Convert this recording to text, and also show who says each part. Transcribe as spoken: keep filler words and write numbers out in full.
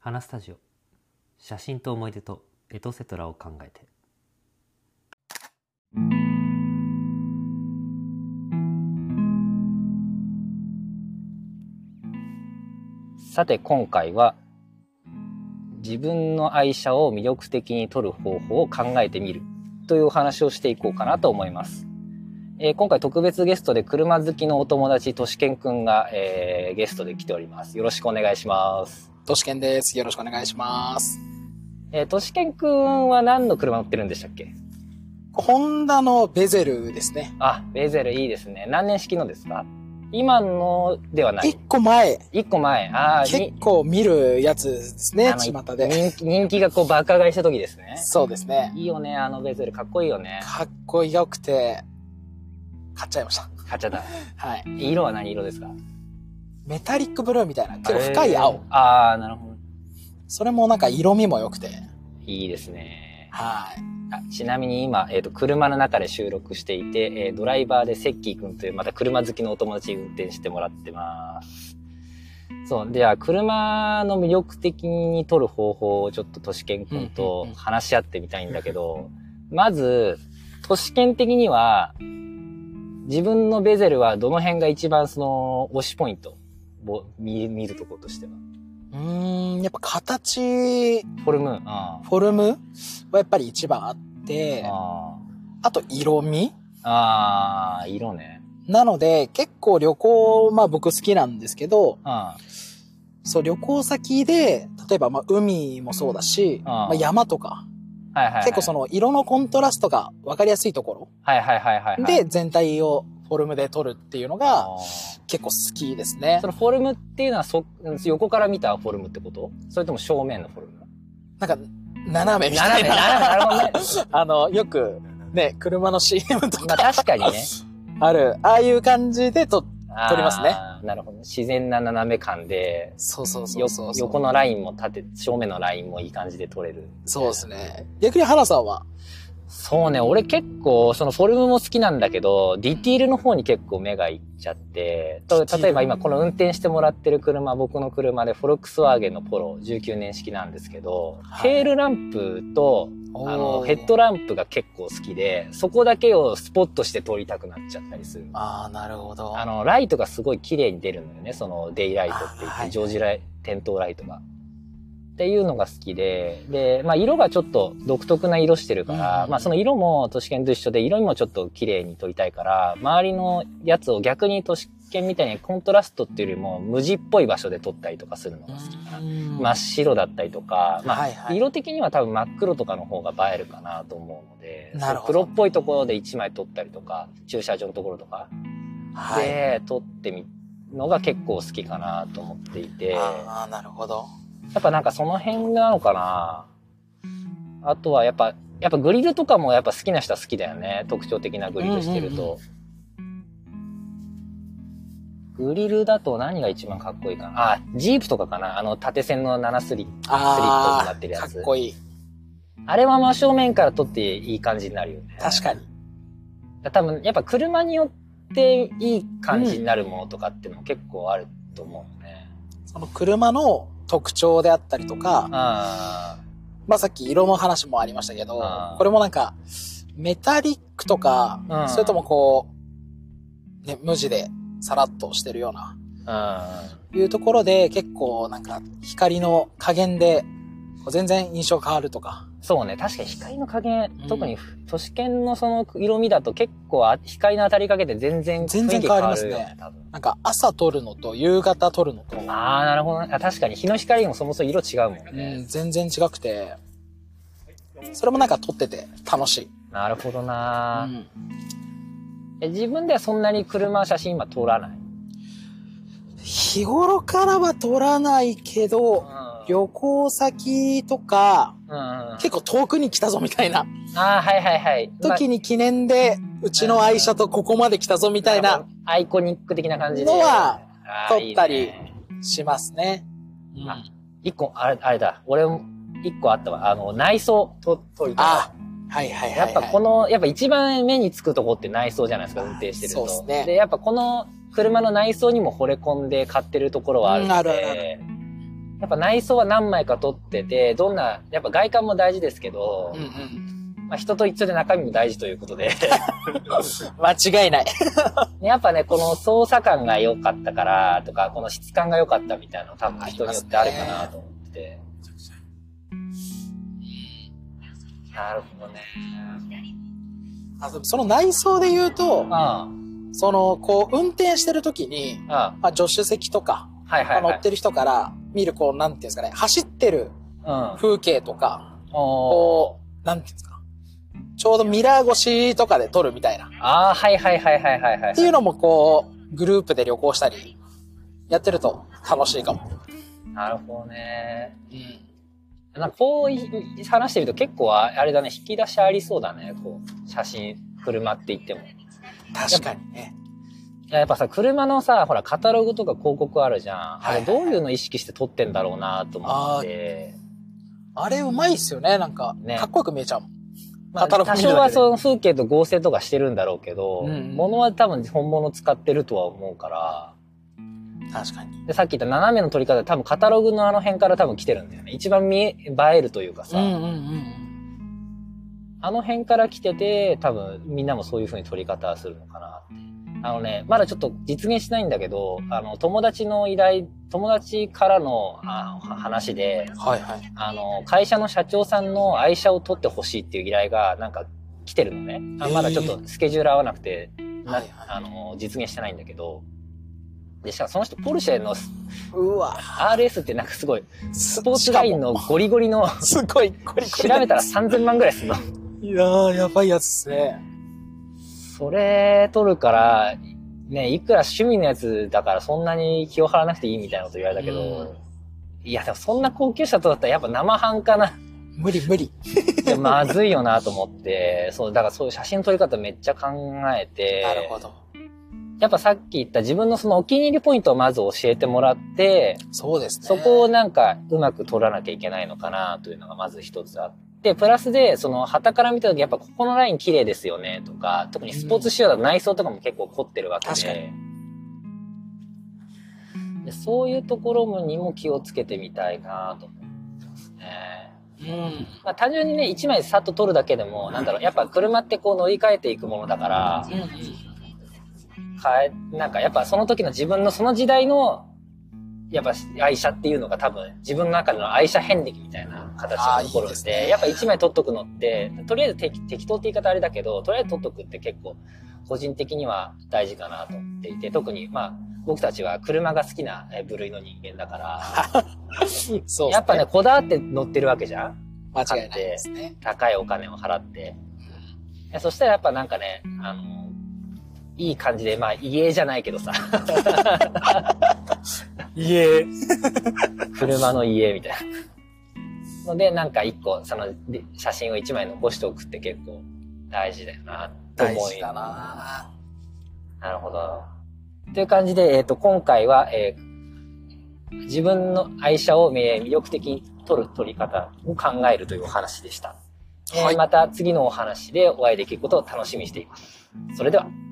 Speaker 1: 花スタジオ、写真と思い出とエトセトラを考えて。
Speaker 2: さて今回は自分の愛車を魅力的に撮る方法を考えてみるというお話をしていこうかなと思います。えー、今回特別ゲストで車好きのお友達としけんくんが、えー、ゲストで来ております。よろしくお願いします。
Speaker 3: としけんです。よろしくお願いします。
Speaker 2: えー、としけんくんは何の車乗ってるんでしたっけ？
Speaker 3: ホンダのベゼルですね。
Speaker 2: あ、ベゼルいいですね。何年式のですか？今のではない。
Speaker 3: 一個前。
Speaker 2: 一個前。ああ、
Speaker 3: 結構見るやつですね、巷で。
Speaker 2: 人気、人気がこう爆上がりした時ですね。
Speaker 3: そうですね。
Speaker 2: いいよね、あのベゼル。かっこいいよね。
Speaker 3: かっこよくて、買っちゃいました。
Speaker 2: 買っちゃった。
Speaker 3: はい。
Speaker 2: 色は何色ですか？
Speaker 3: メタリックブルーみたいな、結構深い青。
Speaker 2: ああ、なるほど。
Speaker 3: それもなんか色味も良くて。
Speaker 2: いいですね。
Speaker 3: はい。
Speaker 2: あ、ちなみに今、えっと、車の中で収録していて、えー、ドライバーでセッキーくんというまた車好きのお友達に運転してもらってます。そう。では、車の魅力的に撮る方法をちょっととしけんくんと話し合ってみたいんだけど、まず、としけん的には、自分のベゼルはどの辺が一番その推しポイントを見、見るところとしては。
Speaker 3: うーん、やっぱ形、
Speaker 2: フォルム、
Speaker 3: フォルムはやっぱり一番あって、あ, あと色味
Speaker 2: ああ、色ね。
Speaker 3: なので結構旅行、まあ僕好きなんですけど、
Speaker 2: あ
Speaker 3: そう旅行先で、例えばまあ海もそうだし、あまあ、山とか、
Speaker 2: はいはいはい、
Speaker 3: 結構その色のコントラストが分かりやすいところ、
Speaker 2: はいはいはいはい、はい、
Speaker 3: で全体をフォルムで撮るっていうのが結構好きですね。
Speaker 2: そのフォルムっていうのはそ横から見たフォルムってこと？それとも正面のフォルム？
Speaker 3: なんか斜めみたいな。斜め、
Speaker 2: なるほどね。
Speaker 3: あの、よくね、車の シーエム とか。
Speaker 2: まあ確かにね。
Speaker 3: ある。ああいう感じで撮、撮りますね。
Speaker 2: なるほど。自然な斜め感で。
Speaker 3: そうそうそうそう
Speaker 2: 横のラインも縦、正面のラインもいい感じで撮れる。
Speaker 3: そうですね。逆に原さんは？
Speaker 2: そうね、俺結構、そのフォルムも好きなんだけど、ディティールの方に結構目がいっちゃって、例えば今この運転してもらってる車、僕の車でフォルクスワーゲンのポロじゅうきゅうねん式なんですけど、はい、テールランプと、あの、ヘッドランプが結構好きで、そこだけをスポットして撮りたくなっちゃったりする。
Speaker 3: ああ、なるほど。
Speaker 2: あの、ライトがすごい綺麗に出るのよね、そのデイライトって言って、はい、常時ライ、点灯ライトが。っていうのが好きで、で、まあ色がちょっと独特な色してるから、うん、まあその色も都市圏と一緒で色味もちょっと綺麗に撮りたいから、周りのやつを逆に都市圏みたいにコントラストっていうよりも無地っぽい場所で撮ったりとかするのが好きかな。うん、真っ白だったりとか、まあ、はいはい、色的には多分真っ黒とかの方が映えるかなと思うので、なるほど、黒っぽいところで一枚撮ったりとか、駐車場のところとかで撮ってみるのが結構好きかなと思っていて。
Speaker 3: ああ、なるほど。
Speaker 2: やっぱなんかその辺なのかな。あとはやっぱ、やっぱグリルとかもやっぱ好きな人は好きだよね。特徴的なグリルしてると。うんうんうん、グリルだと何が一番かっこいいかな。あ、ジープとかかな。あの縦線のななスリットになってるやつ。
Speaker 3: かっこいい。
Speaker 2: あれは真正面から撮っていい感じになるよね。
Speaker 3: 確かに。
Speaker 2: 多分やっぱ車によっていい感じになるものとかっていうのも結構あると思うね。
Speaker 3: うん、その車の特徴であったりとか、あまあさっき色の話もありましたけど、これもなんか、メタリックとか、それともこう、ね、無地でさらっとしてるような、いうところで結構なんか光の加減で全然印象変わるとか。
Speaker 2: そうね、確かに光の加減、うん、特に都市圏のその色味だと結構光の当たりかけて全然
Speaker 3: 全然変わりますね。なんか朝撮るのと夕方撮るのと。
Speaker 2: ああ、なるほどね。確かに日の光もそもそも色違うもんね。
Speaker 3: うん、全然違くて、それもなんか撮ってて楽しい。
Speaker 2: なるほどな、うん、え。自分ではそんなに車写真今撮らない？
Speaker 3: 日頃からは撮らないけど、うん、旅行先とか、うんうん、結構遠くに来たぞみたいな。
Speaker 2: ああ、はいはいはい。
Speaker 3: 時に記念で、うちの愛車とここまで来たぞみたいな。
Speaker 2: アイコニック的な感じで。
Speaker 3: のは、撮ったりしますね。
Speaker 2: いいね。うん、あ、一個、あれ、あれだ。俺も、一個あったわ。あの、内装と、撮りたい。あ、
Speaker 3: はいはいはい、はい。
Speaker 2: やっぱこの、やっぱ一番目につくとこって内装じゃないですか、運転してると。
Speaker 3: そうですね。
Speaker 2: で、やっぱこの車の内装にも惚れ込んで買ってるところはあるので、うん、あるある。 やっぱ内装は何枚か撮ってて、どんな、やっぱ外観も大事ですけど、
Speaker 3: うんうん。
Speaker 2: まあ、人と一緒で中身も大事ということで。
Speaker 3: 間違いない。
Speaker 2: やっぱね、この操作感が良かったからとか、この質感が良かったみたいなの多分人によってあるかなと思ってて。なるほどね。
Speaker 3: あ、その内装で言うと、
Speaker 2: ああ
Speaker 3: その、こう、運転してる時に、
Speaker 2: ああ
Speaker 3: まあ、助手席とか、
Speaker 2: はいはいはい、
Speaker 3: まあ乗ってる人から見る、こう、なんていうんですかね、走ってる
Speaker 2: うん、
Speaker 3: 風景とか、
Speaker 2: お
Speaker 3: こう、なんていうんですか、ちょうどミラー越しとかで撮るみたいな。
Speaker 2: ああ、はいはいはいはいはいはい。
Speaker 3: っていうのもこう、グループで旅行したり、やってると楽しいかも。
Speaker 2: なるほどね。
Speaker 3: うん。
Speaker 2: なんかこう話してると結構あれだね、引き出しありそうだね、こう、写真、車って言っても。
Speaker 3: 確かにね。
Speaker 2: やっぱさ、車のさ、ほら、カタログとか広告あるじゃん。
Speaker 3: はいはいはい、
Speaker 2: あれどういうの意識して撮ってんだろうなと思って。
Speaker 3: あれうまいっすよね、なんか。ね、かっこよく見えちゃうもん。
Speaker 2: まあ、多少はその風景と合成とかしてるんだろうけど、
Speaker 3: うん、
Speaker 2: 物は多分本物使ってるとは思うから。
Speaker 3: 確かに。
Speaker 2: で、さっき言った斜めの撮り方、多分カタログのあの辺から多分来てるんだよね。一番見え、映えるというかさ。
Speaker 3: うんうんうん、
Speaker 2: あの辺から来てて、多分みんなもそういう風に撮り方するのかなって。あのね、まだちょっと実現しないんだけど、あの、友達の依頼、友達からのあ話で、
Speaker 3: はいはい。
Speaker 2: あの、会社の社長さんの愛車を撮ってほしいっていう依頼がなんか来てるのね。あまだちょっとスケジュール合わなくて、はいはい、あの、実現してないんだけど、で、しかもその人、ポルシェの、
Speaker 3: うわ
Speaker 2: アールエス ってなんかすごい、スポーツラインのゴリゴリの、
Speaker 3: すごいゴリゴリ。
Speaker 2: 調べたらさんぜんまんぐらいするの。
Speaker 3: いやー、やばいやつですね。
Speaker 2: それ撮るから、ね、いくら趣味のやつだからそんなに気を張らなくていいみたいなこと言われたけど、うん、いや、でもそんな高級車とだったらやっぱ生半可な。
Speaker 3: 無理無理。
Speaker 2: まずいよなと思って、そう、だからそういう写真撮り方めっちゃ考えて、
Speaker 3: なるほど。
Speaker 2: やっぱさっき言った自分のそのお気に入りポイントをまず教えてもらって、
Speaker 3: そうですね。
Speaker 2: そこをなんかうまく撮らなきゃいけないのかなというのがまず一つあって、で、プラスで、その、旗から見たとき、やっぱここのライン綺麗ですよね、とか、特にスポーツ仕様だと内装とかも結構凝ってるわけで。
Speaker 3: 確かに。
Speaker 2: でそういうところにも気をつけてみたいなと思ってますね。
Speaker 3: うん。
Speaker 2: まあ単純にね、一枚さっと撮るだけでも、なんだろう、やっぱ車ってこう乗り換えていくものだから、
Speaker 3: うんうん、
Speaker 2: 変え、なんかやっぱその時の自分のその時代の、やっぱ愛車っていうのが多分自分の中での愛車遍歴みたいな形が残るんで、でね、やっぱ一枚撮っとくのって、とりあえず適当って言い方あれだけど、とりあえず撮っとくって結構個人的には大事かなと思っていて、特にまあ僕たちは車が好きな部類の人間だから、そうですね、やっぱね、こだわって乗ってるわけじゃん？
Speaker 3: 間違いないですね。
Speaker 2: 高いお金を払って。そしたらやっぱなんかね、あの、いい感じで、まあ家じゃないけどさ。
Speaker 3: 家。
Speaker 2: 車の家みたいな。ので、なんか一個、その、写真を一枚残しておくって結構大事だよな、と思います。
Speaker 3: 大事だな。
Speaker 2: なるほど。という感じで、えっと、今回は、えー、自分の愛車を、えー、魅力的に撮る撮り方を考えるというお話でした。はい、えー、また次のお話でお会いできることを楽しみにしています。それでは。